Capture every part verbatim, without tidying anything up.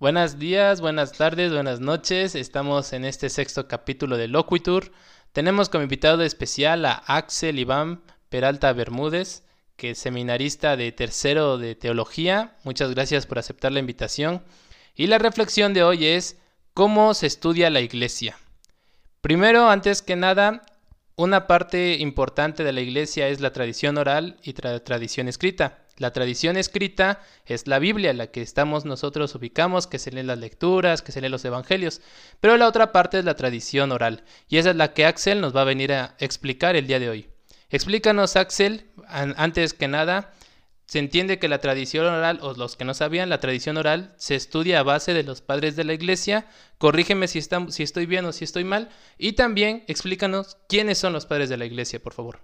Buenos días, buenas tardes, buenas noches. Estamos en este sexto capítulo de Loquitur. Tenemos como invitado especial a Axel Iván Peralta Bermúdez, que es seminarista de tercero de teología. Muchas gracias por aceptar la invitación. Y la reflexión de hoy es ¿cómo se estudia la iglesia? Primero, antes que nada, una parte importante de la iglesia es la tradición oral y tra- tradición escrita. La tradición escrita es la Biblia, la que estamos nosotros ubicamos, que se leen las lecturas, que se leen los evangelios. Pero la otra parte es la tradición oral, y esa es la que Axel nos va a venir a explicar el día de hoy. Explícanos, Axel, an- antes que nada, se entiende que la tradición oral, o los que no sabían, la tradición oral se estudia a base de los padres de la iglesia. Corrígeme si, está, si estoy bien o si estoy mal. Y también explícanos quiénes son los padres de la iglesia, por favor.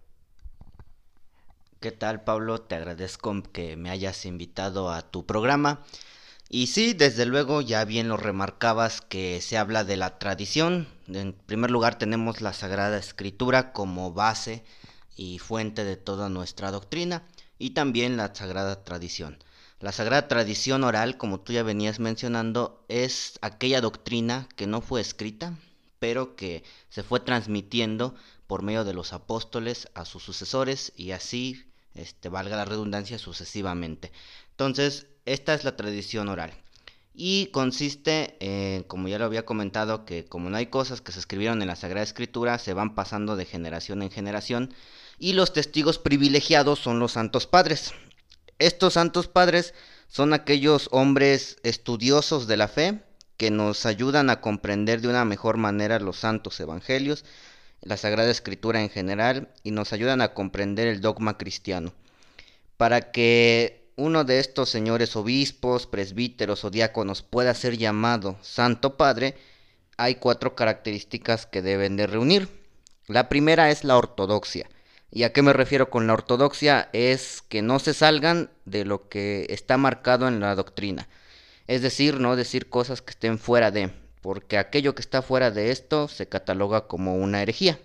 ¿Qué tal, Pablo? Te agradezco que me hayas invitado a tu programa. Y sí, desde luego, ya bien lo remarcabas que se habla de la tradición. En primer lugar tenemos la Sagrada Escritura como base y fuente de toda nuestra doctrina, y también la Sagrada Tradición. La Sagrada Tradición oral, como tú ya venías mencionando, es aquella doctrina que no fue escrita, pero que se fue transmitiendo por medio de los apóstoles a sus sucesores y así, este, valga la redundancia, sucesivamente. Entonces, esta es la tradición oral. Y consiste, eh, como ya lo había comentado, que como no hay cosas que se escribieron en la Sagrada Escritura, se van pasando de generación en generación, y los testigos privilegiados son los santos padres. Estos santos padres son aquellos hombres estudiosos de la fe que nos ayudan a comprender de una mejor manera los santos evangelios, la Sagrada Escritura en general, y nos ayudan a comprender el dogma cristiano. Para que uno de estos señores obispos, presbíteros o diáconos pueda ser llamado Santo Padre, hay cuatro características que deben de reunir. La primera es la ortodoxia. ¿Y a qué me refiero con la ortodoxia? Es que no se salgan de lo que está marcado en la doctrina. Es decir, no decir cosas que estén fuera de, porque aquello que está fuera de esto se cataloga como una herejía.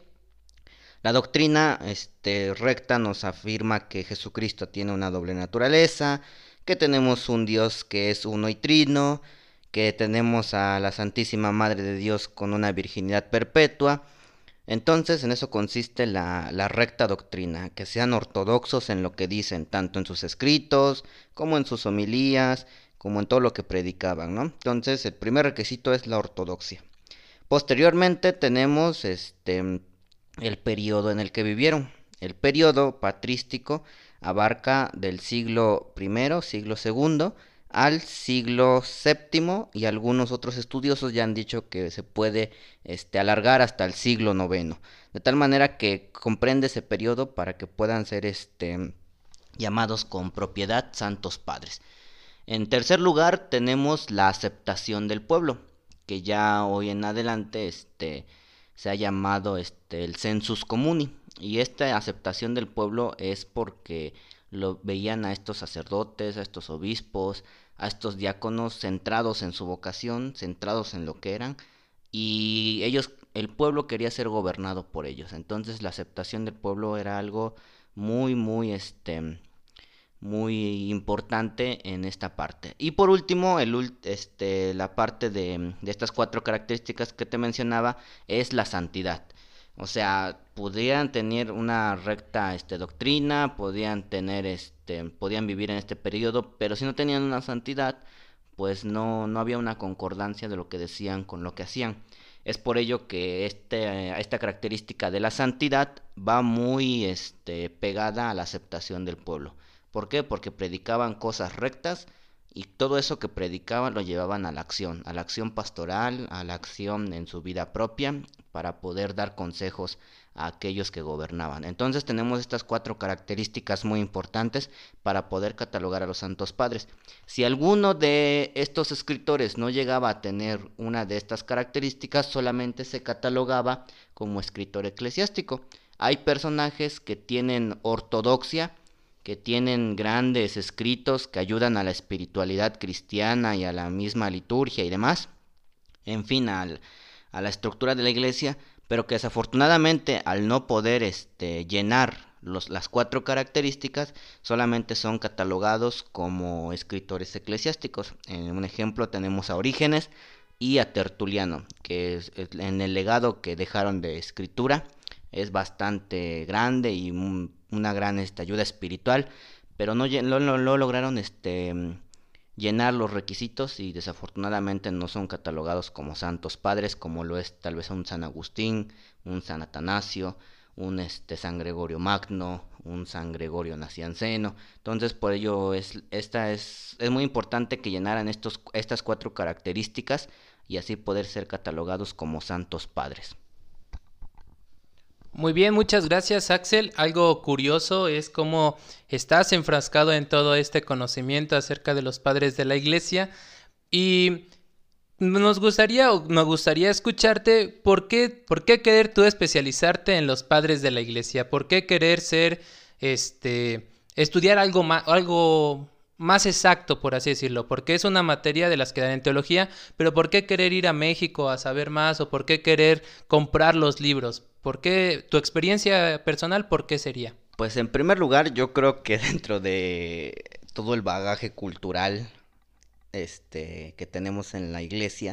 La doctrina este, recta nos afirma que Jesucristo tiene una doble naturaleza, que tenemos un Dios que es uno y trino, que tenemos a la Santísima Madre de Dios con una virginidad perpetua. Entonces, en eso consiste la, la recta doctrina, que sean ortodoxos en lo que dicen, tanto en sus escritos, como en sus homilías, como en todo lo que predicaban, ¿no? Entonces, el primer requisito es la ortodoxia. Posteriormente tenemos este el periodo en el que vivieron. El periodo patrístico abarca del siglo primero, siglo segundo, al siglo séptimo, y algunos otros estudiosos ya han dicho que se puede este, alargar hasta el siglo noveno, de tal manera que comprende ese periodo para que puedan ser este, llamados con propiedad santos padres. En tercer lugar tenemos la aceptación del pueblo, que ya hoy en adelante este, se ha llamado este, el census comuni. Y esta aceptación del pueblo es porque lo veían a estos sacerdotes, a estos obispos, a estos diáconos centrados en su vocación, centrados en lo que eran, y ellos, el pueblo quería ser gobernado por ellos. Entonces la aceptación del pueblo era algo muy, muy, este, muy importante en esta parte. Y por último, el, este, la parte de, de estas cuatro características que te mencionaba es la santidad. O sea, podían tener una recta este, doctrina, podían tener este, podían vivir en este periodo, pero si no tenían una santidad, pues no, no había una concordancia de lo que decían con lo que hacían. Es por ello que este, esta característica de la santidad va muy este, pegada a la aceptación del pueblo. ¿Por qué? Porque predicaban cosas rectas, y todo eso que predicaban lo llevaban a la acción, a la acción pastoral, a la acción en su vida propia, para poder dar consejos a aquellos que gobernaban. Entonces tenemos estas cuatro características muy importantes para poder catalogar a los santos padres. Si alguno de estos escritores no llegaba a tener una de estas características, solamente se catalogaba como escritor eclesiástico. Hay personajes que tienen ortodoxia, que tienen grandes escritos que ayudan a la espiritualidad cristiana y a la misma liturgia y demás, en fin, al, a la estructura de la iglesia, pero que desafortunadamente al no poder este, llenar los, las cuatro características solamente son catalogados como escritores eclesiásticos. En un ejemplo tenemos a Orígenes y a Tertuliano, que es, es, en el legado que dejaron de escritura es bastante grande y un, una gran este, ayuda espiritual, pero no, no, no, no lograron este, llenar los requisitos y desafortunadamente no son catalogados como santos padres, como lo es tal vez un San Agustín, un San Atanasio, un este San Gregorio Magno, un San Gregorio Nacianceno. Entonces, por ello es esta es es muy importante que llenaran estos estas cuatro características y así poder ser catalogados como santos padres. Muy bien, muchas gracias, Axel. Algo curioso es cómo estás enfrascado en todo este conocimiento acerca de los padres de la iglesia y nos gustaría, nos gustaría escucharte por qué, por qué querer tú especializarte en los padres de la iglesia, por qué querer ser, este, estudiar algo más, algo más exacto, por así decirlo, porque es una materia de las que dan en teología, pero por qué querer ir a México a saber más o por qué querer comprar los libros, por qué tu experiencia personal, por qué sería. Pues en primer lugar, yo creo que dentro de todo el bagaje cultural este que tenemos en la iglesia,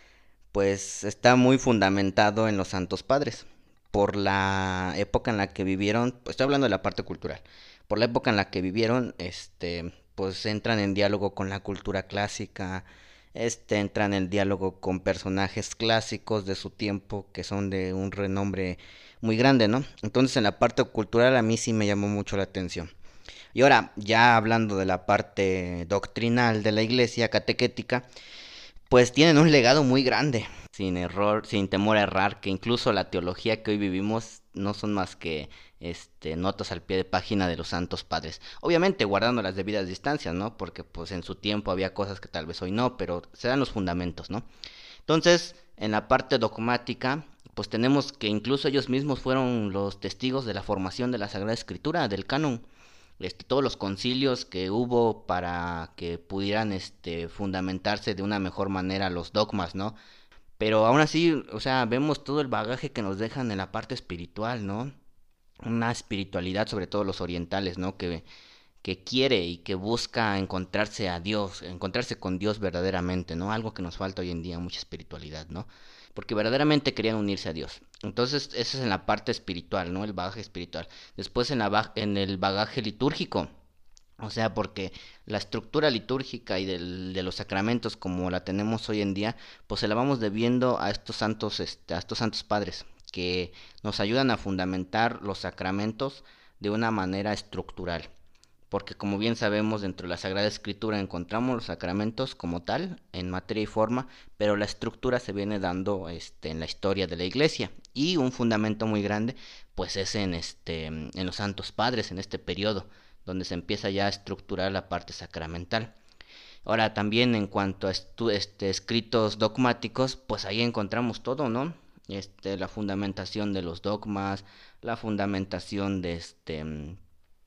pues está muy fundamentado en los santos padres, por la época en la que vivieron, pues estoy hablando de la parte cultural, por la época en la que vivieron, este, pues entran en diálogo con la cultura clásica, este, entran en diálogo con personajes clásicos de su tiempo que son de un renombre muy grande, ¿no? Entonces en la parte cultural a mí sí me llamó mucho la atención. Y ahora, ya hablando de la parte doctrinal de la iglesia catequética, pues tienen un legado muy grande, sin error, sin temor a errar, que incluso la teología que hoy vivimos no son más que este notas al pie de página de los santos padres. Obviamente guardando las debidas distancias, ¿no? Porque pues en su tiempo había cosas que tal vez hoy no, pero se dan los fundamentos, ¿no? Entonces, en la parte dogmática, pues tenemos que incluso ellos mismos fueron los testigos de la formación de la Sagrada Escritura, del canon. Este, todos los concilios que hubo para que pudieran este, fundamentarse de una mejor manera los dogmas, ¿no? Pero aún así, o sea, vemos todo el bagaje que nos dejan en la parte espiritual, ¿no? Una espiritualidad, sobre todo los orientales, ¿no? Que, que quiere y que busca encontrarse a Dios, encontrarse con Dios verdaderamente, ¿no? Algo que nos falta hoy en día, mucha espiritualidad, ¿no? Porque verdaderamente querían unirse a Dios. Entonces, eso es en la parte espiritual, ¿no? El bagaje espiritual. Después en, la, en el bagaje litúrgico. O sea, porque la estructura litúrgica y del, de los sacramentos como la tenemos hoy en día, pues se la vamos debiendo a estos santos, este, a estos santos padres, que nos ayudan a fundamentar los sacramentos de una manera estructural. Porque como bien sabemos, dentro de la Sagrada Escritura encontramos los sacramentos como tal, en materia y forma, pero la estructura se viene dando este, en la historia de la Iglesia. Y un fundamento muy grande, pues es en, este, en los santos padres, en este periodo, donde se empieza ya a estructurar la parte sacramental. Ahora también en cuanto a estu este, escritos dogmáticos, pues ahí encontramos todo, ¿no? Este, la fundamentación de los dogmas, la fundamentación de este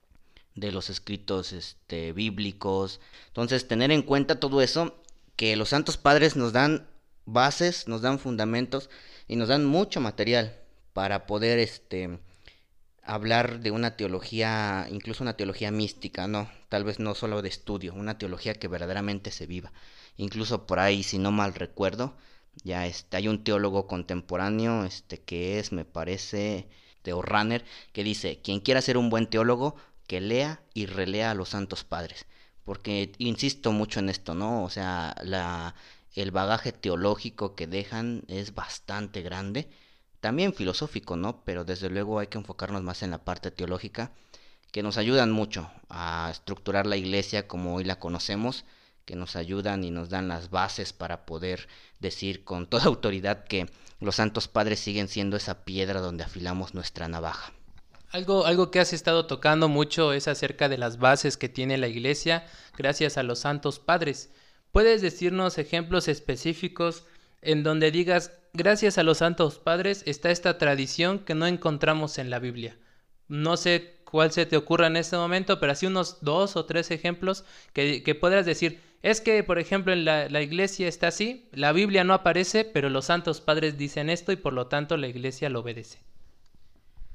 de los escritos este, bíblicos. Entonces, tener en cuenta todo eso, que los santos padres nos dan bases, nos dan fundamentos y nos dan mucho material para poder este, hablar de una teología, incluso una teología mística, no, tal vez no solo de estudio, una teología que verdaderamente se viva. Incluso por ahí, si no mal recuerdo, ya este, hay un teólogo contemporáneo este, que es, me parece, Theo Runner, que dice, quien quiera ser un buen teólogo, que lea y relea a los santos padres, porque insisto mucho en esto, ¿no? O sea, la, el bagaje teológico que dejan es bastante grande, también filosófico, ¿no? Pero desde luego hay que enfocarnos más en la parte teológica, que nos ayudan mucho a estructurar la iglesia como hoy la conocemos, que nos ayudan y nos dan las bases para poder decir con toda autoridad que los santos padres siguen siendo esa piedra donde afilamos nuestra navaja. Algo, algo que has estado tocando mucho es acerca de las bases que tiene la iglesia gracias a los santos padres. ¿Puedes decirnos ejemplos específicos en donde digas, gracias a los santos padres está esta tradición que no encontramos en la Biblia? No sé cuál se te ocurra en este momento, pero así unos dos o tres ejemplos que, que podrás decir, es que, por ejemplo, en la, la iglesia está así, la Biblia no aparece, pero los santos padres dicen esto y por lo tanto la iglesia lo obedece.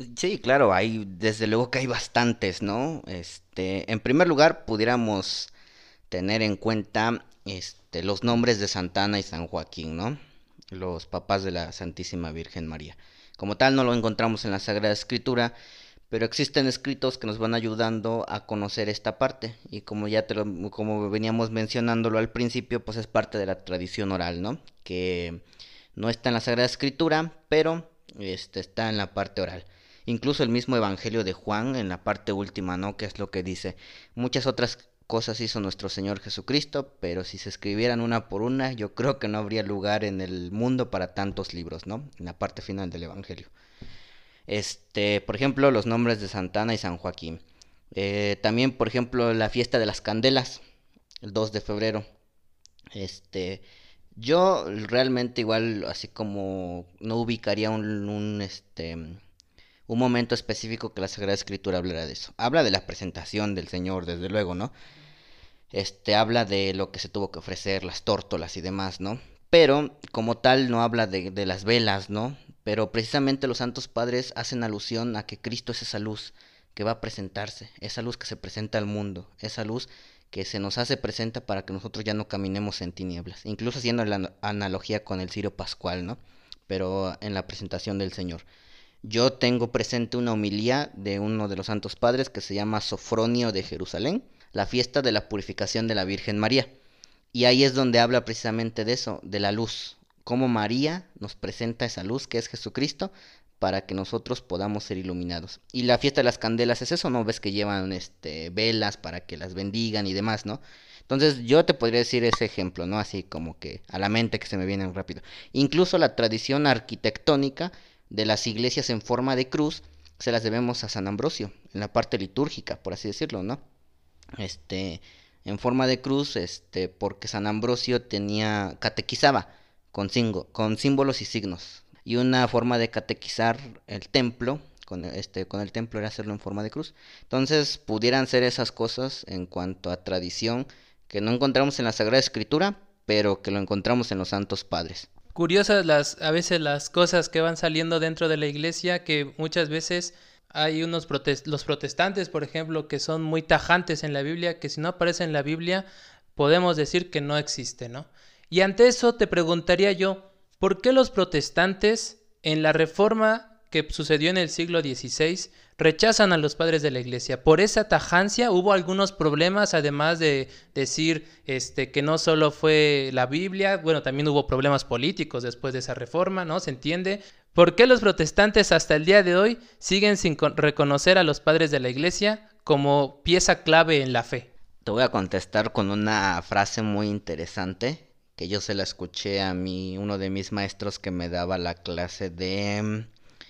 Sí, claro, hay, desde luego que hay bastantes, ¿no? Este, en primer lugar, pudiéramos tener en cuenta, este, los nombres de Santa Ana y San Joaquín, ¿no? Los papás de la Santísima Virgen María. Como tal, no lo encontramos en la Sagrada Escritura, pero existen escritos que nos van ayudando a conocer esta parte. Y como ya te lo, como veníamos mencionándolo al principio, pues es parte de la tradición oral, ¿no? Que no está en la Sagrada Escritura, pero este, está en la parte oral. Incluso el mismo Evangelio de Juan, en la parte última, ¿no? Que es lo que dice. Muchas otras cosas hizo nuestro Señor Jesucristo, pero si se escribieran una por una, yo creo que no habría lugar en el mundo para tantos libros, ¿no? En la parte final del Evangelio. Este, por ejemplo, los nombres de Santa Ana y San Joaquín. Eh, también, por ejemplo, la fiesta de las candelas, el dos de febrero. Este, yo realmente igual, así como no ubicaría un, un, este, un momento específico que la Sagrada Escritura hablara de eso. Habla de la presentación del Señor, desde luego, ¿no? Este, habla de lo que se tuvo que ofrecer, las tórtolas y demás, ¿no? Pero como tal no habla de, de las velas, ¿no? Pero precisamente los santos padres hacen alusión a que Cristo es esa luz que va a presentarse, esa luz que se presenta al mundo, esa luz que se nos hace presenta para que nosotros ya no caminemos en tinieblas, incluso haciendo la analogía con el cirio pascual, ¿no? Pero en la presentación del Señor. Yo tengo presente una homilía de uno de los santos padres que se llama Sofronio de Jerusalén, la fiesta de la purificación de la Virgen María. Y ahí es donde habla precisamente de eso, de la luz, cómo María nos presenta esa luz que es Jesucristo para que nosotros podamos ser iluminados. Y la fiesta de las candelas es eso, ¿no? Ves que llevan este velas para que las bendigan y demás, ¿no? Entonces yo te podría decir ese ejemplo, ¿no? Así como que a la mente que se me viene rápido. Incluso la tradición arquitectónica de las iglesias en forma de cruz se las debemos a San Ambrosio, en la parte litúrgica, por así decirlo, ¿no? Este, en forma de cruz, este, porque San Ambrosio tenía, catequizaba con, singo, con símbolos y signos. Y una forma de catequizar el templo, con, este, con el templo era hacerlo en forma de cruz. Entonces, pudieran ser esas cosas en cuanto a tradición que no encontramos en la Sagrada Escritura, pero que lo encontramos en los santos padres. Curiosas las, a veces las cosas que van saliendo dentro de la iglesia, que muchas veces hay unos protest los protestantes, por ejemplo, que son muy tajantes en la Biblia, que si no aparece en la Biblia, podemos decir que no existe, ¿no? Y ante eso te preguntaría yo, ¿por qué los protestantes en la reforma que sucedió en el siglo dieciséis rechazan a los padres de la iglesia? Por esa tajancia hubo algunos problemas, además de decir este, que no solo fue la Biblia, bueno, también hubo problemas políticos después de esa reforma, ¿no? ¿Se entiende? ¿Por qué los protestantes hasta el día de hoy siguen sin reconocer a los padres de la iglesia como pieza clave en la fe? Te voy a contestar con una frase muy interesante que yo se la escuché a mí, uno de mis maestros que me daba la clase de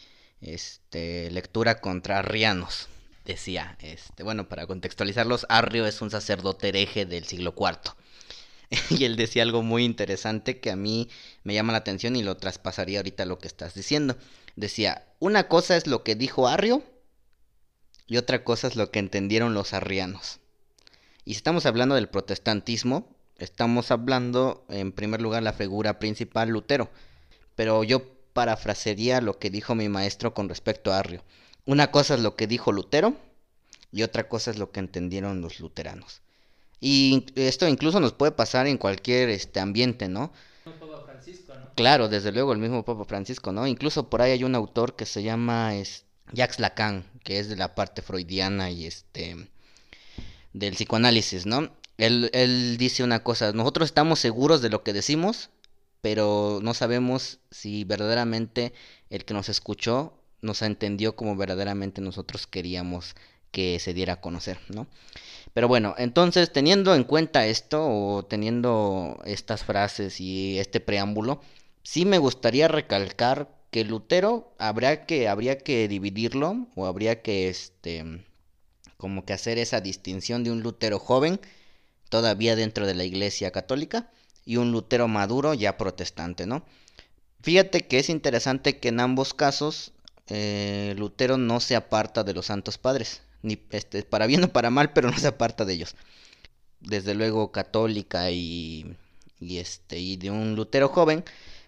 este, lectura contra arrianos. Decía, este, bueno, para contextualizarlos, Arrio es un sacerdote hereje del siglo cuarto. Y él decía algo muy interesante que a mí me llama la atención y lo traspasaría ahorita a lo que estás diciendo. Decía, una cosa es lo que dijo Arrio y otra cosa es lo que entendieron los arrianos. Y si estamos hablando del protestantismo, estamos hablando en primer lugar la figura principal Lutero. Pero yo parafrasearía lo que dijo mi maestro con respecto a Arrio. Una cosa es lo que dijo Lutero y otra cosa es lo que entendieron los luteranos. Y esto incluso nos puede pasar en cualquier este ambiente, ¿no? El Papa Francisco, ¿no? Claro, desde luego el mismo Papa Francisco, ¿no? Incluso por ahí hay un autor que se llama es, Jacques Lacan, que es de la parte freudiana y este del psicoanálisis, ¿no? Él, él dice una cosa, nosotros estamos seguros de lo que decimos, pero no sabemos si verdaderamente el que nos escuchó nos entendió como verdaderamente nosotros queríamos que se diera a conocer, ¿no? Pero bueno, entonces teniendo en cuenta esto o teniendo estas frases y este preámbulo, sí me gustaría recalcar que Lutero habría que habría que dividirlo o habría que este como que hacer esa distinción de un Lutero joven todavía dentro de la Iglesia Católica y un Lutero maduro ya protestante, ¿no? Fíjate que es interesante que en ambos casos eh, Lutero no se aparta de los santos padres, ni este, para bien o para mal, pero no se aparta de ellos. Desde luego católica y, y este y de un Lutero joven,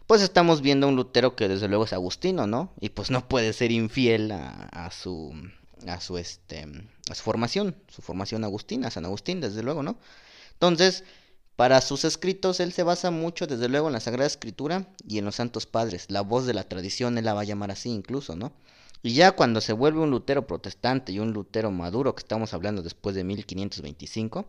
pues estamos viendo a un Lutero que desde luego es agustino, ¿no? Y pues no puede ser infiel a, a su a su este a su formación, su formación agustina, San Agustín, desde luego, ¿no? Entonces, para sus escritos él se basa mucho desde luego en la Sagrada Escritura y en los Santos Padres, la voz de la tradición él la va a llamar así incluso, ¿no? Y ya cuando se vuelve un Lutero protestante y un Lutero maduro, que estamos hablando después de mil quinientos veinticinco,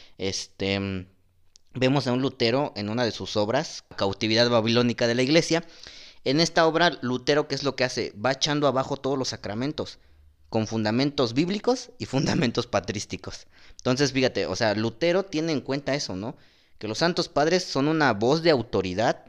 este vemos a un Lutero en una de sus obras, Cautividad Babilónica de la Iglesia. En esta obra, Lutero, ¿qué es lo que hace? Va echando abajo todos los sacramentos, con fundamentos bíblicos y fundamentos patrísticos. Entonces, fíjate, o sea, Lutero tiene en cuenta eso, ¿no? Que los santos padres son una voz de autoridad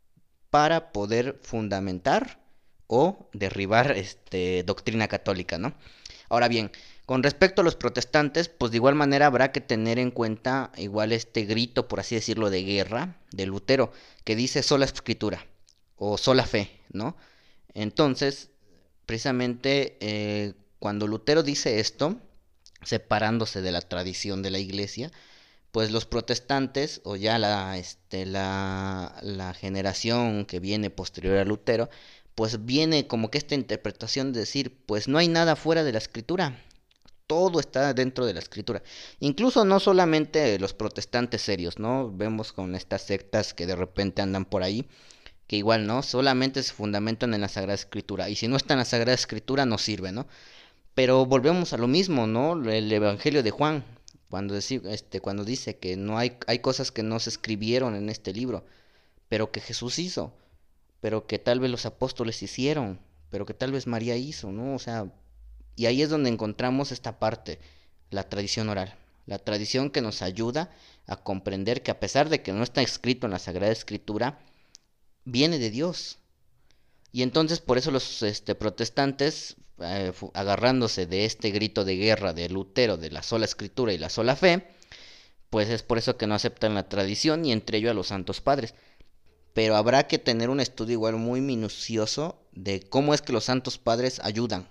para poder fundamentar o derribar este, doctrina católica, ¿no? Ahora bien, con respecto a los protestantes, pues de igual manera habrá que tener en cuenta igual este grito, por así decirlo, de guerra de Lutero, que dice sola escritura o sola fe, ¿no? Entonces, precisamente eh, cuando Lutero dice esto, separándose de la tradición de la iglesia, pues los protestantes o ya la, este, la, la generación que viene posterior a Lutero, pues viene como que esta interpretación de decir, pues no hay nada fuera de la escritura, todo está dentro de la escritura. Incluso no solamente los protestantes serios, ¿no? Vemos con estas sectas que de repente andan por ahí, que igual, ¿no? Solamente se fundamentan en la Sagrada Escritura, y si no está en la Sagrada Escritura no sirve, ¿no? Pero volvemos a lo mismo, ¿no? El Evangelio de Juan, cuando, deci- este, cuando dice que no hay, hay cosas que no se escribieron en este libro, pero que Jesús hizo, pero que tal vez los apóstoles hicieron, pero que tal vez María hizo, ¿no? O sea, y ahí es donde encontramos esta parte, la tradición oral, la tradición que nos ayuda a comprender que a pesar de que no está escrito en la Sagrada Escritura, viene de Dios. Y entonces por eso los este, protestantes, eh, agarrándose de este grito de guerra de Lutero, de la sola escritura y la sola fe, pues es por eso que no aceptan la tradición y entre ello a los santos padres. Pero habrá que tener un estudio igual muy minucioso de cómo es que los santos padres ayudan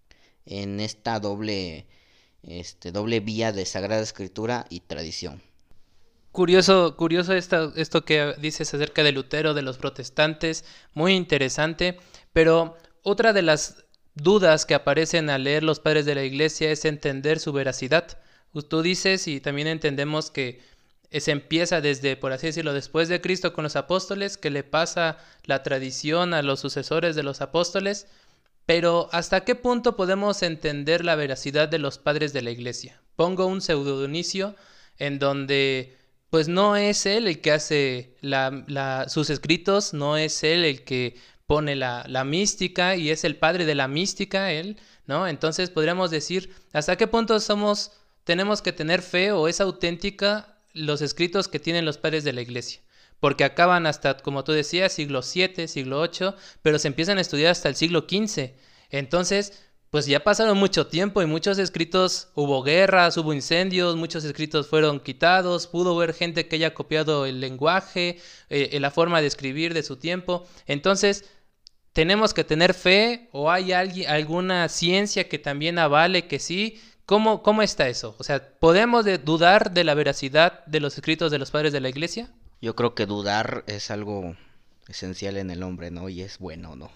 en esta doble, este, doble vía de Sagrada Escritura y tradición. Curioso, curioso esto, esto que dices acerca de Lutero, de los protestantes, muy interesante, pero otra de las dudas que aparecen al leer los padres de la iglesia es entender su veracidad. Tú dices y también entendemos que se empieza desde, por así decirlo, después de Cristo con los apóstoles, que le pasa la tradición a los sucesores de los apóstoles, pero ¿hasta qué punto podemos entender la veracidad de los padres de la iglesia? Pongo un pseudo Dionisio en donde pues no es él el que hace la, la, sus escritos, no es él el que pone la, la mística y es el padre de la mística, él, ¿no? Entonces podríamos decir, ¿hasta qué punto somos, tenemos que tener fe o es auténtica los escritos que tienen los padres de la iglesia? Porque acaban hasta, como tú decías, siglo siete, siglo ocho, pero se empiezan a estudiar hasta el siglo quince. Entonces, pues ya pasaron mucho tiempo y muchos escritos, hubo guerras, hubo incendios, muchos escritos fueron quitados, pudo haber gente que haya copiado el lenguaje, eh, la forma de escribir de su tiempo. Entonces, ¿tenemos que tener fe o hay alguien, alguna ciencia que también avale que sí? ¿Cómo, cómo está eso? O sea, ¿podemos de dudar de la veracidad de los escritos de los padres de la iglesia? Yo creo que dudar es algo esencial en el hombre, ¿no? Y es bueno, ¿no?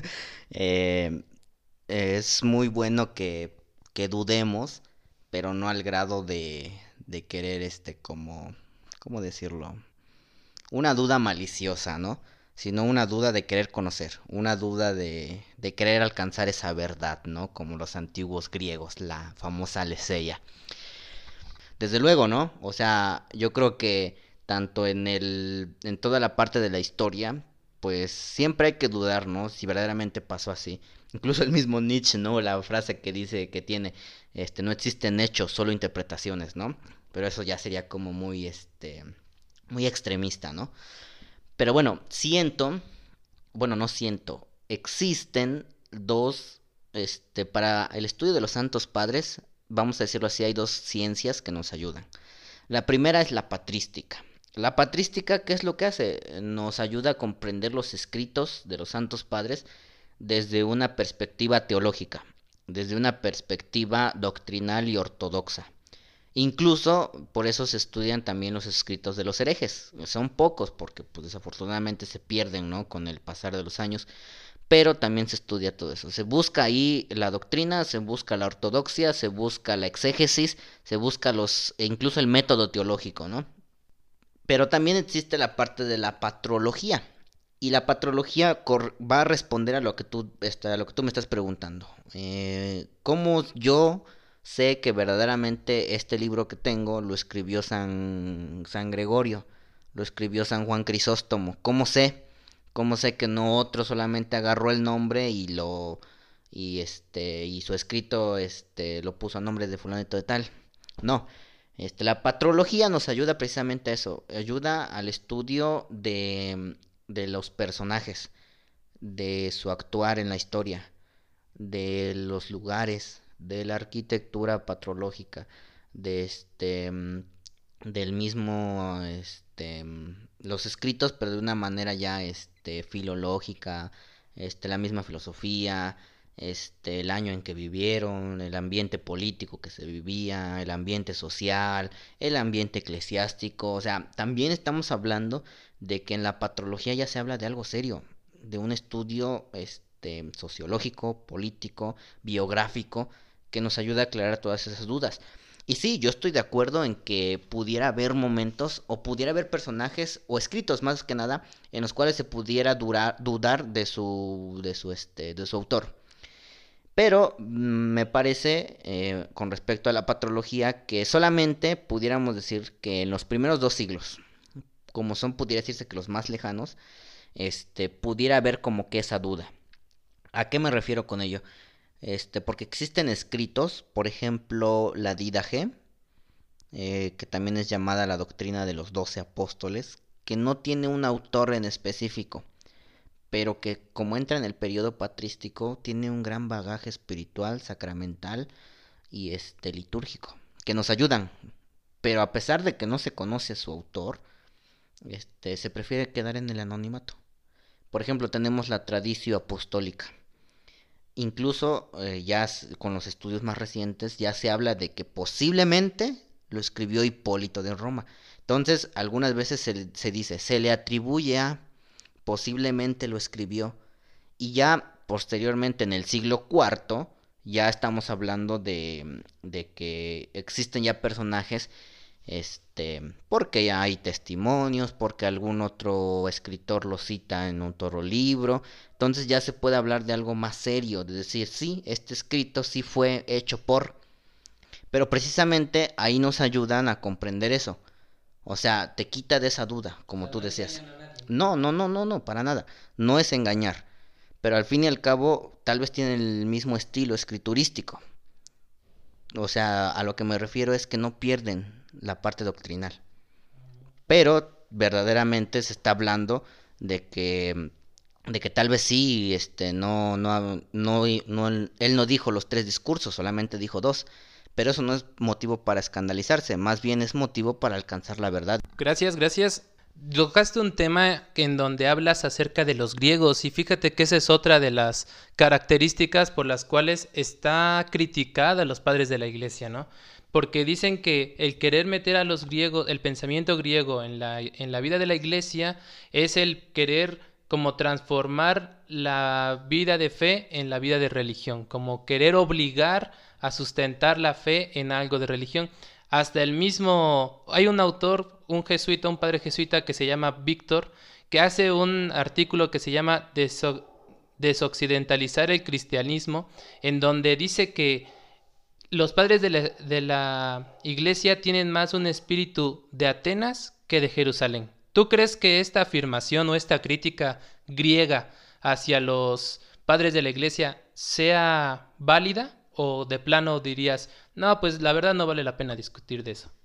eh, es muy bueno que, que dudemos, pero no al grado de, de querer, este, como, ¿cómo decirlo? Una duda maliciosa, ¿no? Sino una duda de querer conocer, una duda de, de querer alcanzar esa verdad, ¿no? Como los antiguos griegos, la famosa aletheia. Desde luego, ¿no? O sea, yo creo que tanto en el, en toda la parte de la historia, pues siempre hay que dudar, ¿no? Si verdaderamente pasó así. Incluso el mismo Nietzsche, ¿no? La frase que dice que tiene, este, no existen hechos, solo interpretaciones, ¿no? Pero eso ya sería como muy, este, muy extremista, ¿no? Pero bueno, siento, bueno, no siento, existen dos, este, para el estudio de los santos padres, vamos a decirlo así, hay dos ciencias que nos ayudan. La primera es la patrística. La patrística, ¿qué es lo que hace? Nos ayuda a comprender los escritos de los santos padres desde una perspectiva teológica, desde una perspectiva doctrinal y ortodoxa. Incluso por eso se estudian también los escritos de los herejes. Son pocos porque pues desafortunadamente se pierden, ¿no? Con el pasar de los años, pero también se estudia todo eso. Se busca ahí la doctrina, se busca la ortodoxia, se busca la exégesis, se busca los e incluso el método teológico, ¿no? Pero también existe la parte de la patrología. Y la patrología va a responder a lo que tú, este, a lo que tú me estás preguntando. Eh, ¿Cómo yo sé que verdaderamente este libro que tengo lo escribió San, San Gregorio? Lo escribió San Juan Crisóstomo. ¿Cómo sé? ¿Cómo sé que no otro solamente agarró el nombre y lo y este y su escrito este lo puso a nombre de fulanito de tal? No. Este, la patrología nos ayuda precisamente a eso, ayuda al estudio de, de los personajes, de su actuar en la historia, de los lugares, de la arquitectura patrológica, de este del mismo este los escritos, pero de una manera ya este filológica, este la misma filosofía, este el año en que vivieron, el ambiente político que se vivía, el ambiente social, el ambiente eclesiástico, o sea, también estamos hablando de que en la patrología ya se habla de algo serio, de un estudio este sociológico, político, biográfico que nos ayuda a aclarar todas esas dudas. Y sí, yo estoy de acuerdo en que pudiera haber momentos o pudiera haber personajes o escritos más que nada en los cuales se pudiera durar, dudar de su de su este de su autor. Pero mm, me parece eh, con respecto a la patrología que solamente pudiéramos decir que en los primeros dos siglos, como son pudiera decirse que los más lejanos, este pudiera haber como que esa duda. ¿A qué me refiero con ello? Este, porque existen escritos, por ejemplo, la Didache, eh, que también es llamada la doctrina de los doce apóstoles, que no tiene un autor en específico, pero que como entra en el periodo patrístico, tiene un gran bagaje espiritual, sacramental y este litúrgico, que nos ayudan. Pero a pesar de que no se conoce a su autor, este, se prefiere quedar en el anonimato. Por ejemplo, tenemos la Traditio Apostólica. Incluso eh, ya con los estudios más recientes ya se habla de que posiblemente lo escribió Hipólito de Roma. Entonces, algunas veces se, se dice, se le atribuye a, posiblemente lo escribió. Y ya posteriormente en el siglo cuarto, ya estamos hablando de, de que existen ya personajes, este, porque ya hay testimonios, porque algún otro escritor lo cita en otro libro, entonces ya se puede hablar de algo más serio, de decir, sí, este escrito sí fue hecho por, pero precisamente ahí nos ayudan a comprender eso, o sea, te quita de esa duda, como tú decías. No, no, no, no, no, para nada, no es engañar, pero al fin y al cabo tal vez tienen el mismo estilo escriturístico. O sea, a lo que me refiero es que no pierden la parte doctrinal. Pero verdaderamente se está hablando de que de que tal vez sí, este, no, no, no, no, él no dijo los tres discursos, solamente dijo dos, pero eso no es motivo para escandalizarse, más bien es motivo para alcanzar la verdad. Gracias, gracias. Tocaste un tema en donde hablas acerca de los griegos y fíjate que esa es otra de las características por las cuales está criticada a los padres de la iglesia, ¿no? Porque dicen que el querer meter a los griegos, el pensamiento griego en la, en la vida de la iglesia es el querer como transformar la vida de fe en la vida de religión, como querer obligar a sustentar la fe en algo de religión. Hasta el mismo, hay un autor, un jesuita, un padre jesuita que se llama Víctor, que hace un artículo que se llama Deso- Desoccidentalizar el cristianismo, en donde dice que los padres de la, de la iglesia tienen más un espíritu de Atenas que de Jerusalén. ¿Tú crees que esta afirmación o esta crítica griega hacia los padres de la iglesia sea válida? ¿O de plano dirías, no, pues la verdad no vale la pena discutir de eso?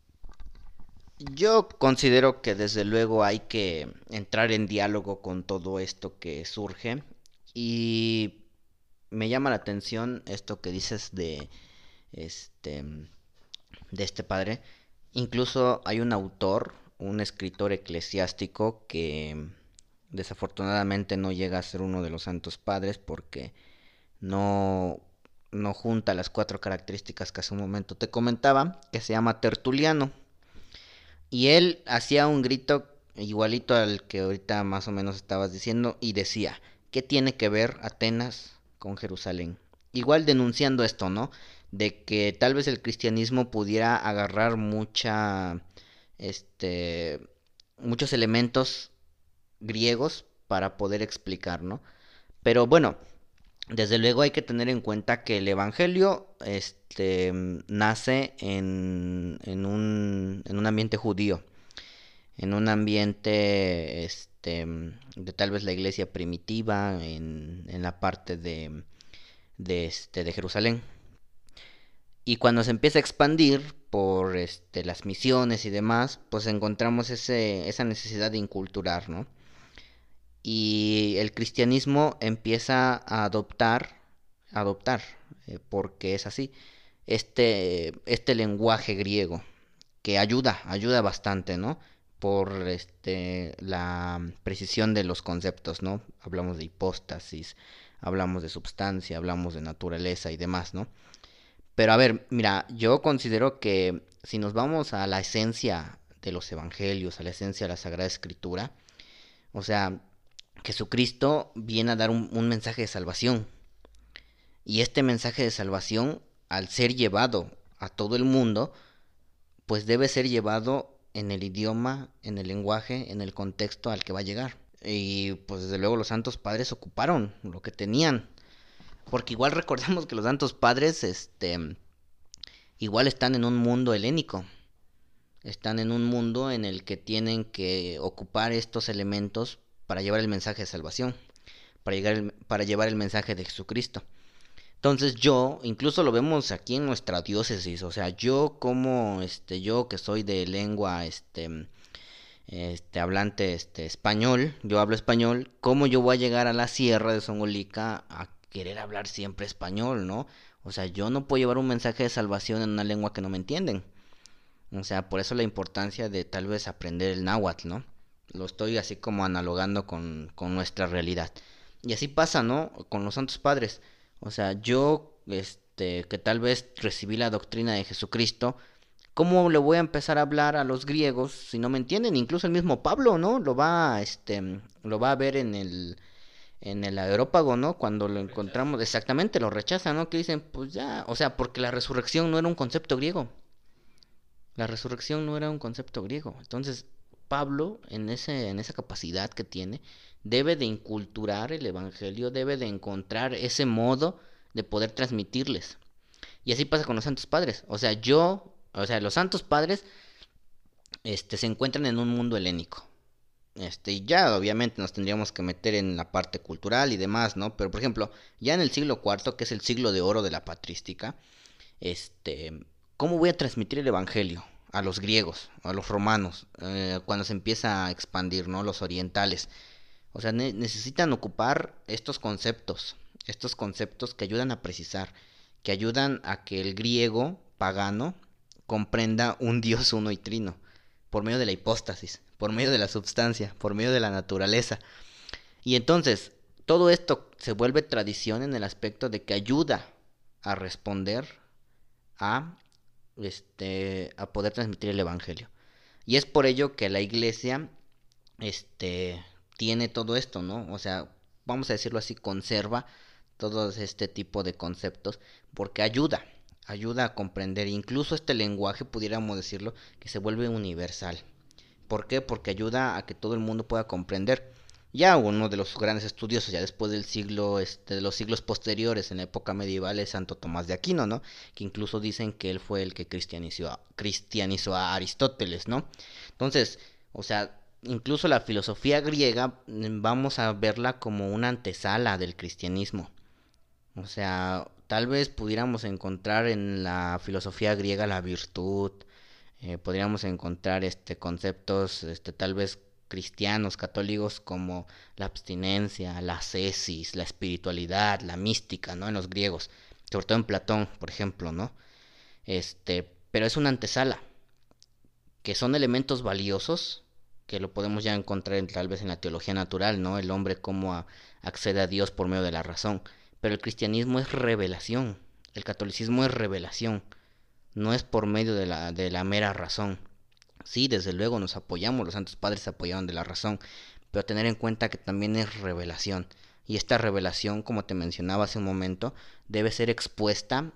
Yo considero que desde luego hay que entrar en diálogo con todo esto que surge y me llama la atención esto que dices de este de este padre. Incluso hay un autor, un escritor eclesiástico que desafortunadamente no llega a ser uno de los santos padres porque no no junta las cuatro características que hace un momento te comentaba, que se llama Tertuliano. Y él hacía un grito igualito al que ahorita más o menos estabas diciendo y decía, ¿qué tiene que ver Atenas con Jerusalén? Igual denunciando esto, ¿no? De que tal vez el cristianismo pudiera agarrar mucha, este, muchos elementos griegos para poder explicar, ¿no? Pero bueno, desde luego hay que tener en cuenta que el Evangelio este, nace en, en, un, en un ambiente judío, en un ambiente este, de tal vez la iglesia primitiva, en, en la parte de, de, este, de Jerusalén. Y cuando se empieza a expandir por este, las misiones y demás, pues encontramos ese, esa necesidad de inculturar, ¿no? Y el cristianismo empieza a adoptar, adoptar, eh, porque es así, este, este lenguaje griego, que ayuda, ayuda bastante, ¿no? Por este, la precisión de los conceptos, ¿no? Hablamos de hipóstasis, hablamos de substancia, hablamos de naturaleza y demás, ¿no? Pero a ver, mira, yo considero que si nos vamos a la esencia de los evangelios, a la esencia de la Sagrada Escritura, o sea, Jesucristo viene a dar un, un mensaje de salvación. Y este mensaje de salvación, al ser llevado a todo el mundo, pues debe ser llevado en el idioma, en el lenguaje, en el contexto al que va a llegar. Y pues desde luego los santos padres ocuparon lo que tenían. Porque igual recordamos que los santos padres, este, igual están en un mundo helénico. Están en un mundo en el que tienen que ocupar estos elementos para llevar el mensaje de salvación, para, llegar el, para llevar el mensaje de Jesucristo. Entonces yo, incluso lo vemos aquí en nuestra diócesis, o sea, yo como, este, yo que soy de lengua, este, este, hablante, este, español, yo hablo español, ¿cómo yo voy a llegar a la sierra de Songolica a querer hablar siempre español, no? O sea, yo no puedo llevar un mensaje de salvación en una lengua que no me entienden. O sea, por eso la importancia de tal vez aprender el náhuatl, ¿no? Lo estoy así como analogando con, con nuestra realidad. Y así pasa, ¿no? Con los santos padres. O sea, yo, este, que tal vez recibí la doctrina de Jesucristo, ¿cómo le voy a empezar a hablar a los griegos si no me entienden? Incluso el mismo Pablo, ¿no? Lo va, este, lo va a ver en el, en el aerópago, ¿no? Cuando lo encontramos, exactamente, lo rechaza, ¿no? Que dicen, pues ya, o sea, porque la resurrección no era un concepto griego. La resurrección no era un concepto griego. Entonces, Pablo, en ese, en esa capacidad que tiene, debe de inculturar el evangelio, debe de encontrar ese modo de poder transmitirles. Y así pasa con los santos padres. O sea, yo, o sea, los santos padres, este, se encuentran en un mundo helénico. Este, y ya obviamente nos tendríamos que meter en la parte cultural y demás, ¿no? Pero por ejemplo, ya en el siglo cuarto, que es el siglo de oro de la patrística, este, ¿cómo voy a transmitir el evangelio a los griegos, a los romanos, eh, cuando se empieza a expandir, ¿no? Los orientales. O sea, ne necesitan ocupar estos conceptos, estos conceptos que ayudan a precisar, que ayudan a que el griego pagano comprenda un Dios uno y trino, por medio de la hipóstasis, por medio de la substancia, por medio de la naturaleza. Y entonces, todo esto se vuelve tradición en el aspecto de que ayuda a responder a, este, a poder transmitir el evangelio. Y es por ello que la iglesia, este, tiene todo esto, ¿no? O sea, vamos a decirlo así, conserva todo este tipo de conceptos porque ayuda, ayuda a comprender, incluso este lenguaje, pudiéramos decirlo, que se vuelve universal. ¿Por qué? Porque ayuda a que todo el mundo pueda comprender. Ya uno de los grandes estudiosos, ya después del siglo, este, de los siglos posteriores, en la época medieval, es Santo Tomás de Aquino, ¿no? Que incluso dicen que él fue el que cristianizó a, cristianizó a Aristóteles, ¿no? Entonces, o sea, incluso la filosofía griega vamos a verla como una antesala del cristianismo. O sea, tal vez pudiéramos encontrar en la filosofía griega la virtud, eh, podríamos encontrar este conceptos, este tal vez cristianos, católicos, como la abstinencia, la ascesis, la espiritualidad, la mística, ¿no? En los griegos, sobre todo en Platón, por ejemplo, ¿no? Este, pero es una antesala, que son elementos valiosos, que lo podemos ya encontrar en, tal vez en la teología natural, ¿no? El hombre cómo a, accede a Dios por medio de la razón. Pero el cristianismo es revelación, El catolicismo es revelación, no es por medio de la, de la mera razón. Sí, desde luego nos apoyamos, los santos padres se apoyaron de la razón, pero tener en cuenta que también es revelación. Y esta revelación, como te mencionaba hace un momento, debe ser expuesta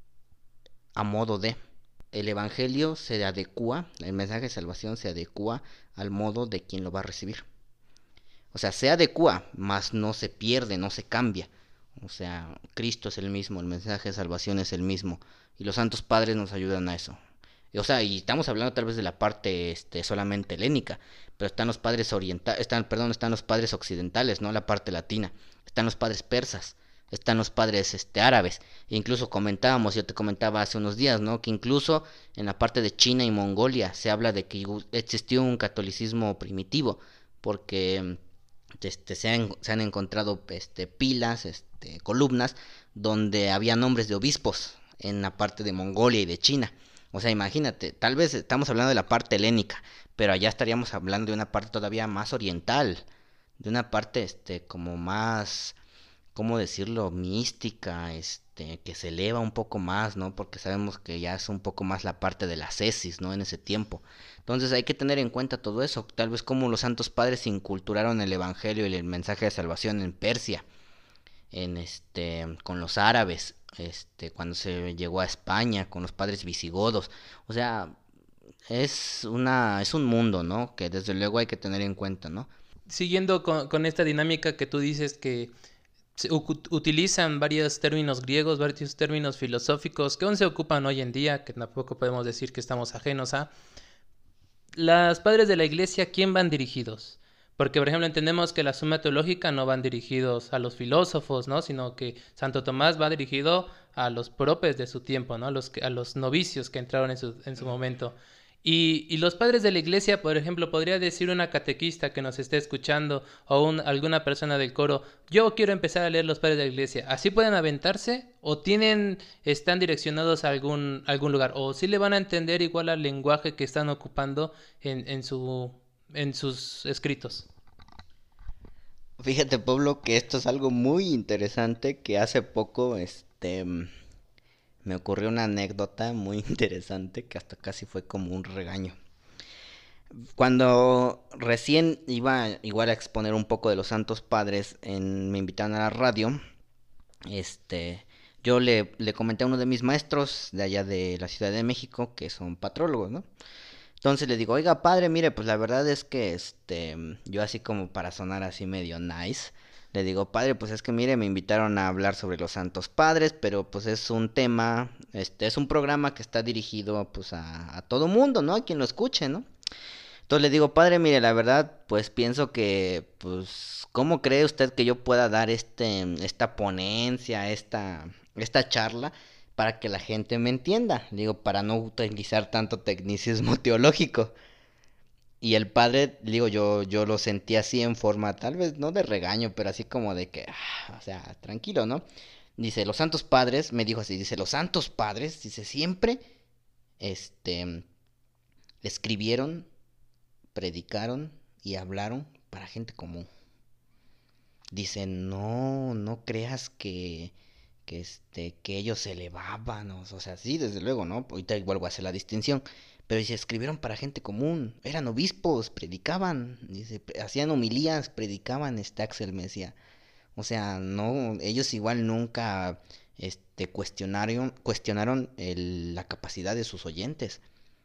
a modo de. El Evangelio se adecua, el mensaje de salvación se adecua al modo de quien lo va a recibir. O sea, se adecua, mas no se pierde, no se cambia. O sea, Cristo es el mismo, el mensaje de salvación es el mismo. Y los santos padres nos ayudan a eso. O sea, y estamos hablando tal vez de la parte este, solamente helénica, pero están los padres orientales, están, perdón, están los padres occidentales, no la parte latina. Están los padres persas, están los padres este, árabes. E incluso comentábamos, yo te comentaba hace unos días, ¿no? Que incluso en la parte de China y Mongolia se habla de que existió un catolicismo primitivo, porque este, se, han, se han encontrado este, pilas, este, columnas, donde había nombres de obispos en la parte de Mongolia y de China. O sea, imagínate, tal vez estamos hablando de la parte helénica, pero allá estaríamos hablando de una parte todavía más oriental, de una parte este como más, ¿cómo decirlo?, mística, este, que se eleva un poco más, ¿no? Porque sabemos que ya es un poco más la parte de la cesis, ¿no? En ese tiempo. Entonces hay que tener en cuenta todo eso, tal vez como los santos padres inculturaron el evangelio y el mensaje de salvación en Persia, en este, con los árabes, este, cuando se llegó a España, con los padres visigodos. O sea, es una, es un mundo, ¿no? Que desde luego hay que tener en cuenta, ¿no? Siguiendo con, con esta dinámica que tú dices que se u- utilizan varios términos griegos, varios términos filosóficos que aún se ocupan hoy en día, que tampoco podemos decir que estamos ajenos a. Las padres de la iglesia, ¿a quién van dirigidos? Porque, por ejemplo, entendemos que la suma teológica no van dirigidos a los filósofos, ¿no? Sino que Santo Tomás va dirigido a los propes de su tiempo, ¿no? A los, que- a los novicios que entraron en su, en su momento. Y, y los padres de la iglesia, por ejemplo, podría decir una catequista que nos esté escuchando o un- alguna persona del coro, yo quiero empezar a leer los padres de la iglesia. ¿Así pueden aventarse? ¿O tienen, están direccionados a algún, algún lugar? ¿O sí le van a entender igual al lenguaje que están ocupando en, en su, en sus escritos? Fíjate, Pablo, que esto es algo muy interesante que hace poco, este, me ocurrió una anécdota muy interesante que hasta casi fue como un regaño. Cuando recién iba igual a exponer un poco de los Santos Padres, en, me invitaron a la radio, este, yo le, le comenté a uno de mis maestros de allá de la Ciudad de México, que son patrólogos, ¿no? Entonces le digo, oiga padre, mire, pues la verdad es que este, yo así como para sonar así medio nice, le digo, padre, pues es que mire, me invitaron a hablar sobre los Santos Padres, pero pues es un tema, este, es un programa que está dirigido pues a, a todo mundo, ¿no? A quien lo escuche, ¿no? Entonces le digo, padre, mire, la verdad, pues pienso que, pues, ¿cómo cree usted que yo pueda dar este, esta ponencia, esta, esta charla, para que la gente me entienda? Le digo, para no utilizar tanto tecnicismo teológico. Y el padre, digo, yo, yo lo sentí así en forma, tal vez no de regaño, pero así como de que, ah, o sea, tranquilo, ¿no? Dice, los santos padres, me dijo así, dice, los santos padres, dice, siempre, este, escribieron, predicaron y hablaron para gente común. Dice, no, no creas que, que este, que ellos se elevaban, o, o sea, sí, desde luego, ¿no? Ahorita vuelvo a hacer la distinción. Pero dice, escribieron para gente común, eran obispos, predicaban, dice, hacían homilías, predicaban, este Axel me decía. O sea, no, ellos igual nunca este, cuestionaron, cuestionaron el, la capacidad de sus oyentes.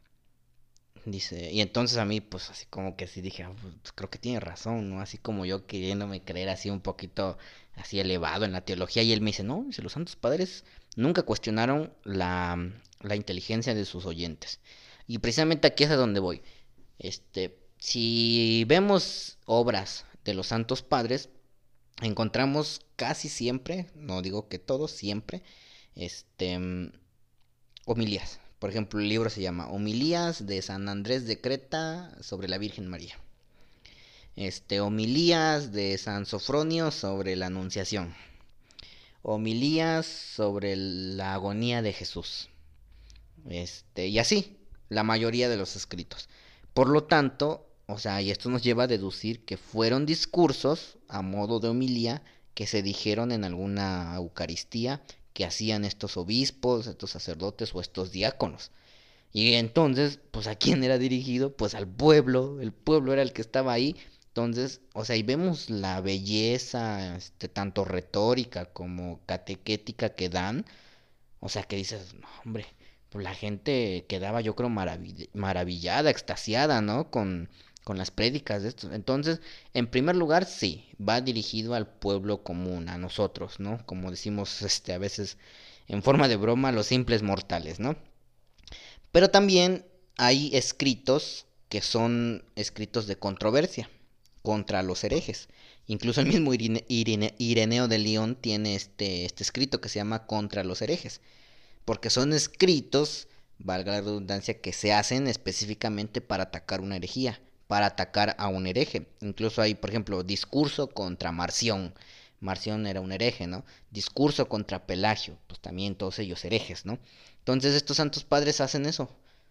Dice, y entonces a mí, pues así como que sí dije, ah, pues, creo que tiene razón, ¿no? Así como yo queriéndome creer así un poquito así elevado en la teología, y él me dice, no, dice, los santos padres nunca cuestionaron la, la inteligencia de sus oyentes. Y precisamente aquí es a donde voy. Este, si vemos obras de los santos padres, encontramos casi siempre, no digo que todos, siempre, este, homilías. Por ejemplo, el libro se llama Homilías de San Andrés de Creta sobre la Virgen María. Este, homilías de San Sofronio sobre la Anunciación. Homilías sobre la agonía de Jesús. Este, y así, la mayoría de los escritos. Por lo tanto, o sea, y esto nos lleva a deducir que fueron discursos a modo de homilía que se dijeron en alguna Eucaristía que hacían estos obispos, estos sacerdotes o estos diáconos. Y entonces, pues ¿a quién era dirigido? Pues al pueblo, el pueblo era el que estaba ahí. Entonces, o sea, y vemos la belleza, este, tanto retórica como catequética que dan. O sea, que dices, no, hombre, pues la gente quedaba, yo creo, maravill- maravillada, extasiada, ¿no? Con, con las prédicas de estos. Entonces, en primer lugar, sí, va dirigido al pueblo común, a nosotros, ¿no? Como decimos, este, a veces en forma de broma, los simples mortales, ¿no? Pero también hay escritos que son escritos de controversia contra los herejes. Incluso el mismo Irine- Irine- Ireneo de León tiene este, este escrito que se llama Contra los herejes, porque son escritos, valga la redundancia, que se hacen específicamente para atacar una herejía, para atacar a un hereje. Incluso hay, por ejemplo, discurso contra Marción. Marción era un hereje, ¿no? Discurso contra Pelagio, pues también todos ellos herejes, ¿no? Entonces estos santos padres hacen eso,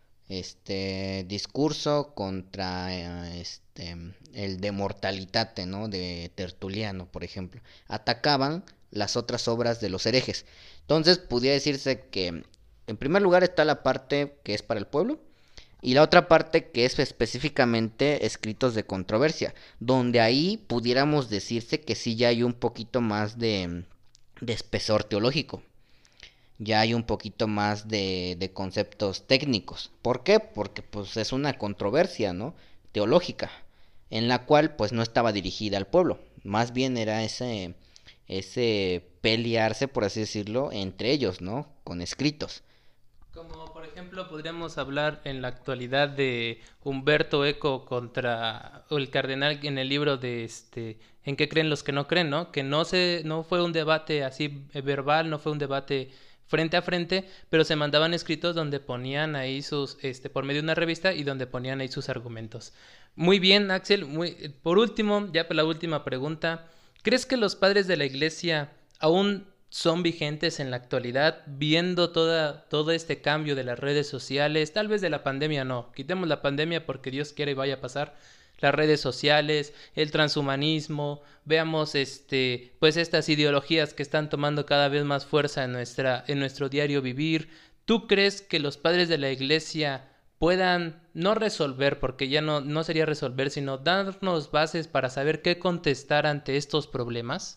este discurso contra eh, este el de Mortalitate, ¿no? De Tertuliano, por ejemplo. Atacaban las otras obras de los herejes. Entonces, pudiera decirse que en primer lugar está la parte que es para el pueblo y la otra parte que es específicamente escritos de controversia, donde ahí pudiéramos decirse que sí ya hay un poquito más de, de espesor teológico, ya hay un poquito más de, de conceptos técnicos. ¿Por qué? Porque pues es una controversia, ¿no? Teológica, en la cual pues no estaba dirigida al pueblo, más bien era ese, ese pelearse, por así decirlo, entre ellos, ¿no? Con escritos. Como por ejemplo podríamos hablar en la actualidad de Humberto Eco contra el cardenal en el libro de este ¿En qué creen los que no creen?, ¿no? Que no se no fue un debate así verbal, no fue un debate frente a frente, pero se mandaban escritos donde ponían ahí sus este por medio de una revista y donde ponían ahí sus argumentos. Muy bien, Axel, muy por último, ya para la última pregunta, ¿crees que los padres de la iglesia aún son vigentes en la actualidad, viendo toda, todo este cambio de las redes sociales, tal vez de la pandemia no, quitemos la pandemia porque Dios quiere y vaya a pasar, las redes sociales, el transhumanismo, veamos este, pues estas ideologías que están tomando cada vez más fuerza en nuestra, en nuestro diario vivir? ¿Tú crees que los padres de la iglesia puedan no resolver, porque ya no, no sería resolver, sino darnos bases para saber qué contestar ante estos problemas?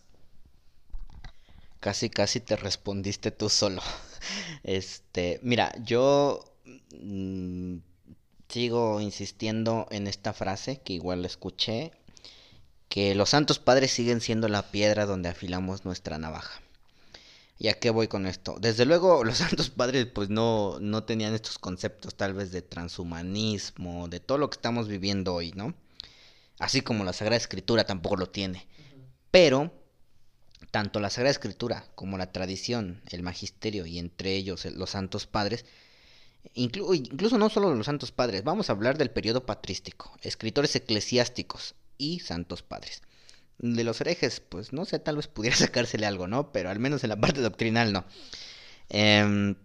Casi, casi te respondiste tú solo. Este, mira, yo mm, sigo insistiendo en esta frase que igual la escuché, que los santos padres siguen siendo la piedra donde afilamos nuestra navaja. ¿Y a qué voy con esto? Desde luego los santos padres pues no, no tenían estos conceptos tal vez de transhumanismo, de todo lo que estamos viviendo hoy, ¿no? Así como la Sagrada Escritura tampoco lo tiene. Pero tanto la Sagrada Escritura como la tradición, el magisterio y entre ellos los santos padres, inclu incluso no solo los santos padres, vamos a hablar del periodo patrístico, escritores eclesiásticos y santos padres. De los herejes, pues no sé, tal vez pudiera sacársele algo, ¿no? Pero al menos en la parte doctrinal no. Eh,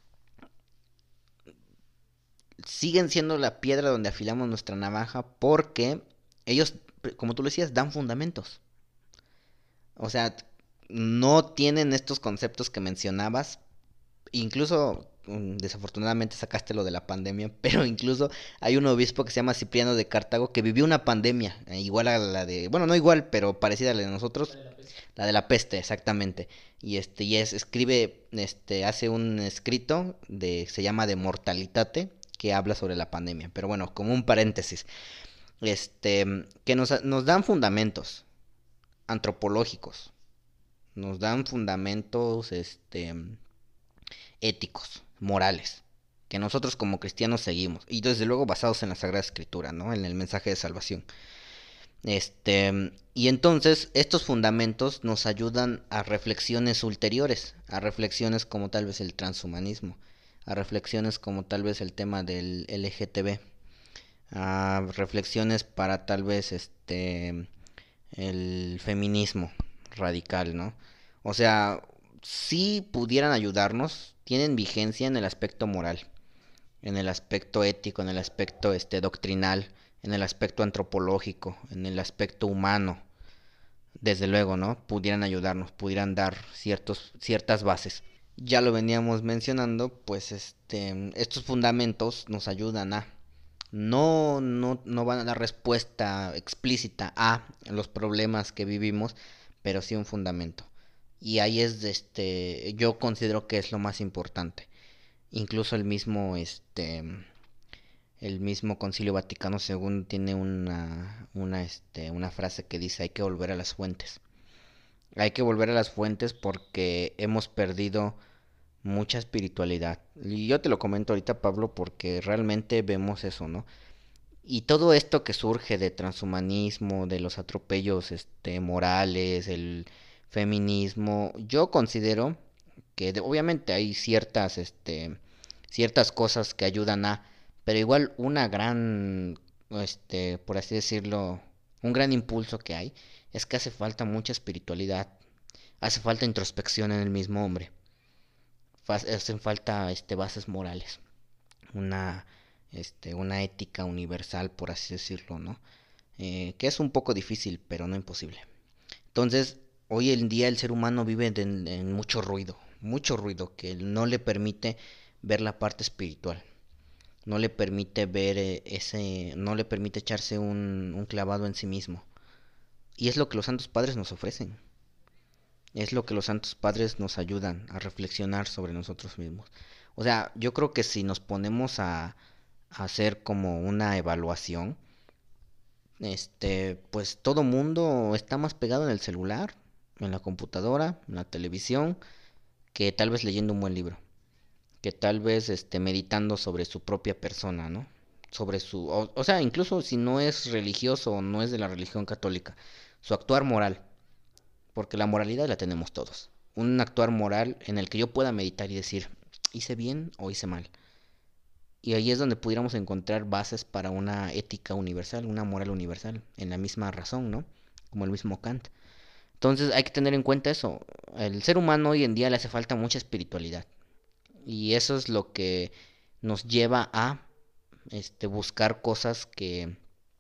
Siguen siendo la piedra donde afilamos nuestra navaja porque ellos, como tú lo decías, dan fundamentos. O sea, no tienen estos conceptos que mencionabas. Incluso, mm, desafortunadamente sacaste lo de la pandemia, pero incluso hay un obispo que se llama Cipriano de Cartago que vivió una pandemia, eh, igual a la de, bueno, no igual, pero parecida a la de nosotros, la de la peste, exactamente. Y este, y es, escribe, este, hace un escrito de, se llama De Mortalitate, que habla sobre la pandemia. Pero bueno, como un paréntesis, este, que nos, nos dan fundamentos antropológicos, nos dan fundamentos, este, éticos, morales, que nosotros como cristianos seguimos, y desde luego basados en la Sagrada Escritura, ¿no? En el mensaje de salvación. Este, y entonces estos fundamentos nos ayudan a reflexiones ulteriores, a reflexiones como tal vez el transhumanismo, a reflexiones como tal vez el tema del L G T B, a reflexiones para tal vez este el feminismo radical, ¿no? O sea, si pudieran ayudarnos, tienen vigencia en el aspecto moral, en el aspecto ético, en el aspecto este doctrinal, en el aspecto antropológico, en el aspecto humano. Desde luego, ¿no? Pudieran ayudarnos, pudieran dar ciertos, ciertas bases. ya lo veníamos mencionando, pues este, estos fundamentos nos ayudan a, no, no, no van a dar respuesta explícita a los problemas que vivimos, pero sí un fundamento. Y ahí es, este, yo considero que es lo más importante. Incluso el mismo, este, el mismo Concilio Vaticano segundo tiene una, una, este, una frase que dice hay que volver a las fuentes. Hay que volver a las fuentes porque hemos perdido mucha espiritualidad. Y yo te lo comento ahorita, Pablo, porque realmente vemos eso, ¿no? Y todo esto que surge de transhumanismo, de los atropellos este, morales, el feminismo, yo considero que de- obviamente hay ciertas, este, ciertas cosas que ayudan a, pero igual una gran, este, por así decirlo, un gran impulso que hay es que hace falta mucha espiritualidad, hace falta introspección en el mismo hombre, hacen falta, este, bases morales, una, este, una ética universal, por así decirlo, ¿no? Eh, que es un poco difícil, pero no imposible. Entonces, hoy en día el ser humano vive en, en mucho ruido, mucho ruido que no le permite ver la parte espiritual, no le permite ver eh, ese, no le permite echarse un, un clavado en sí mismo. Y es lo que los santos padres nos ofrecen, es lo que los santos padres nos ayudan a reflexionar sobre nosotros mismos. O sea, yo creo que si nos ponemos a, a hacer como una evaluación, este, pues todo mundo está más pegado en el celular, en la computadora, en la televisión, que tal vez leyendo un buen libro, que tal vez este, meditando sobre su propia persona, ¿no? Sobre su, o, o sea, incluso si no es religioso o no es de la religión católica, su actuar moral, porque la moralidad la tenemos todos. Un actuar moral en el que yo pueda meditar y decir, ¿hice bien o hice mal? Y ahí es donde pudiéramos encontrar bases para una ética universal, una moral universal, en la misma razón, ¿no? Como el mismo Kant. Entonces hay que tener en cuenta eso. El ser humano hoy en día le hace falta mucha espiritualidad. Y eso es lo que nos lleva a este, buscar cosas que,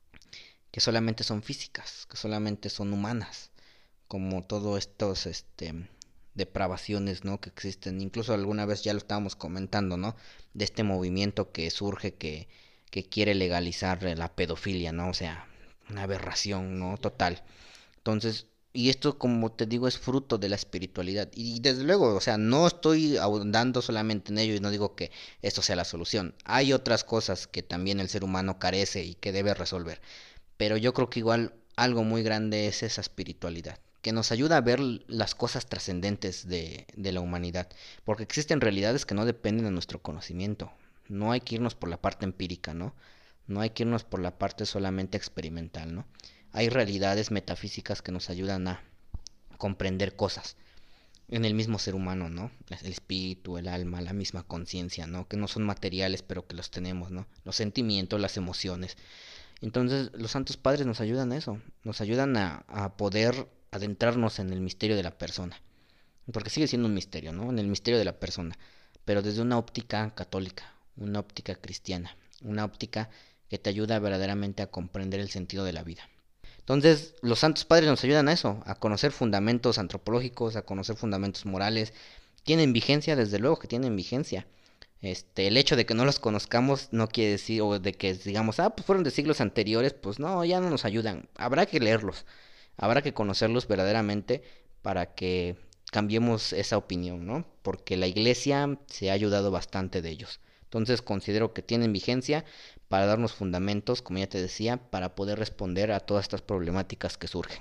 que solamente son físicas, que solamente son humanas, como todos estos este, depravaciones, ¿no? Que existen. Incluso alguna vez ya lo estábamos comentando, ¿no? De este movimiento que surge que, que quiere legalizar la pedofilia, ¿no? O sea, una aberración, ¿no? Total. Entonces, y esto, como te digo, es fruto de la espiritualidad. Y desde luego, o sea, no estoy ahondando solamente en ello y no digo que esto sea la solución. Hay otras cosas que también el ser humano carece y que debe resolver. Pero yo creo que igual algo muy grande es esa espiritualidad, que nos ayuda a ver las cosas trascendentes de, de la humanidad, porque existen realidades que no dependen de nuestro conocimiento. No hay que irnos por la parte empírica, ¿no? No hay que irnos por la parte solamente experimental, ¿no? Hay realidades metafísicas que nos ayudan a comprender cosas en el mismo ser humano, ¿no? El espíritu, el alma, la misma conciencia, ¿no? Que no son materiales, pero que los tenemos, ¿no? Los sentimientos, las emociones. Entonces, los santos padres nos ayudan a eso, nos ayudan a, a poder adentrarnos en el misterio de la persona, porque sigue siendo un misterio, ¿no? En el misterio de la persona, pero desde una óptica católica, una óptica cristiana, una óptica que te ayuda verdaderamente a comprender el sentido de la vida. Entonces, los santos padres nos ayudan a eso, a conocer fundamentos antropológicos, a conocer fundamentos morales. Tienen vigencia, desde luego que tienen vigencia. Este, el hecho de que no los conozcamos no quiere decir, o de que digamos, ah, pues fueron de siglos anteriores, pues no, ya no nos ayudan. Habrá que leerlos, habrá que conocerlos verdaderamente para que cambiemos esa opinión, ¿no? Porque la iglesia se ha ayudado bastante de ellos. Entonces considero que tienen vigencia para darnos fundamentos, como ya te decía, para poder responder a todas estas problemáticas que surgen.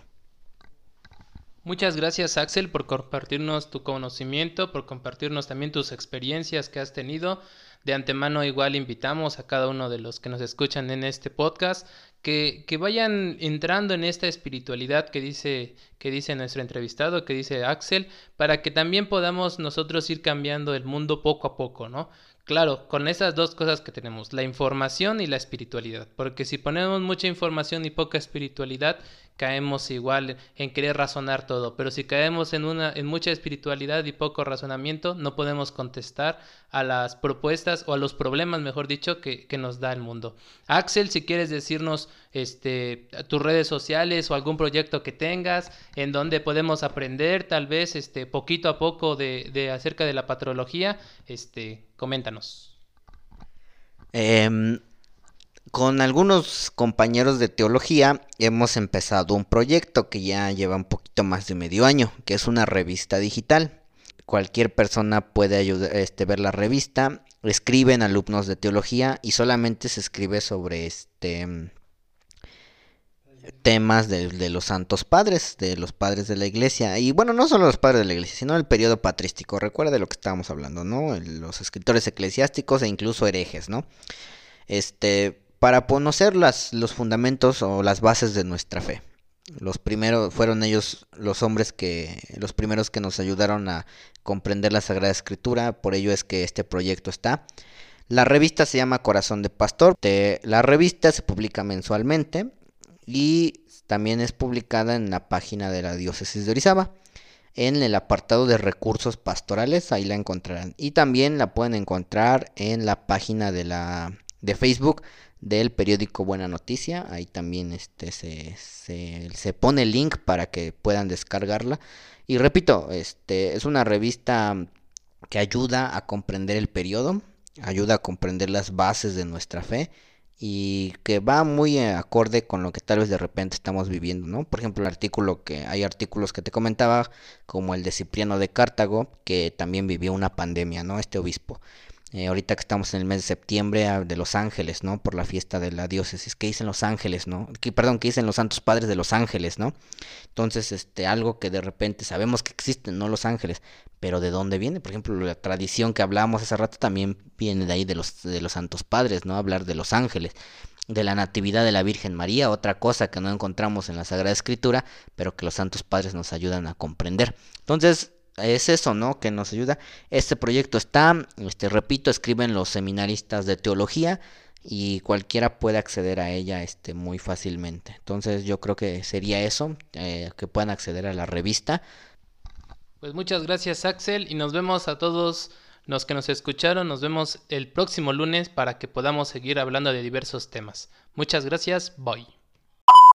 Muchas gracias, Axel, por compartirnos tu conocimiento, por compartirnos también tus experiencias que has tenido. De antemano igual invitamos a cada uno de los que nos escuchan en este podcast que, que vayan entrando en esta espiritualidad que dice, que dice nuestro entrevistado, que dice Axel, para que también podamos nosotros ir cambiando el mundo poco a poco, ¿no? Claro, con esas dos cosas que tenemos, la información y la espiritualidad, porque si ponemos mucha información y poca espiritualidad, caemos igual en querer razonar todo, pero si caemos en una en mucha espiritualidad y poco razonamiento, no podemos contestar a las propuestas o a los problemas, mejor dicho, que, que nos da el mundo. Axel, si quieres decirnos este tus redes sociales o algún proyecto que tengas en donde podemos aprender tal vez este poquito a poco de, de acerca de la patrología, este coméntanos. Em, con algunos compañeros de teología hemos empezado un proyecto que ya lleva un poquito más de medio año, que es una revista digital. Cualquier persona puede ayudar, este, ver la revista. Escriben alumnos de teología y solamente se escribe sobre este temas de, de los santos padres, de los padres de la iglesia. Y bueno, no solo los padres de la iglesia, sino el periodo patrístico. Recuerda de lo que estábamos hablando, ¿no? Los escritores eclesiásticos e incluso herejes, ¿no? Este, para conocer las, los fundamentos o las bases de nuestra fe. Los primeros fueron ellos los hombres que los primeros que nos ayudaron a comprender la Sagrada Escritura, por ello es que este proyecto está. La revista se llama Corazón de Pastor. De, la revista se publica mensualmente y también es publicada en la página de la Diócesis de Orizaba. En el apartado de recursos pastorales, ahí la encontrarán. Y también la pueden encontrar en la página de la de Facebook del periódico Buena Noticia. Ahí también este se, se, se pone el link para que puedan descargarla. Y repito, este es una revista que ayuda a comprender el periodo, ayuda a comprender las bases de nuestra fe y que va muy acorde con lo que tal vez de repente estamos viviendo, ¿no? Por ejemplo, el artículo que hay artículos que te comentaba, como el de Cipriano de Cartago, que también vivió una pandemia, ¿no? Este obispo. Eh, ahorita que estamos en el mes de septiembre de Los Ángeles, ¿no? Por la fiesta de la diócesis, ¿qué dicen los ángeles, no? Que, perdón, ¿qué dicen los santos padres de los ángeles, no? Entonces, este, algo que de repente sabemos que existen, ¿no? Los ángeles, pero ¿de dónde viene? Por ejemplo, la tradición que hablábamos hace rato también viene de ahí de los, de los santos padres, ¿no? Hablar de los ángeles, de la natividad de la Virgen María, otra cosa que no encontramos en la Sagrada Escritura, pero que los santos padres nos ayudan a comprender. Entonces, es eso, ¿no? Que nos ayuda. Este proyecto está, este, repito, escriben los seminaristas de teología y cualquiera puede acceder a ella, este, muy fácilmente. Entonces yo creo que sería eso, eh, que puedan acceder a la revista. Pues muchas gracias, Axel, y nos vemos a todos los que nos escucharon. Nos vemos el próximo lunes para que podamos seguir hablando de diversos temas. Muchas gracias, bye.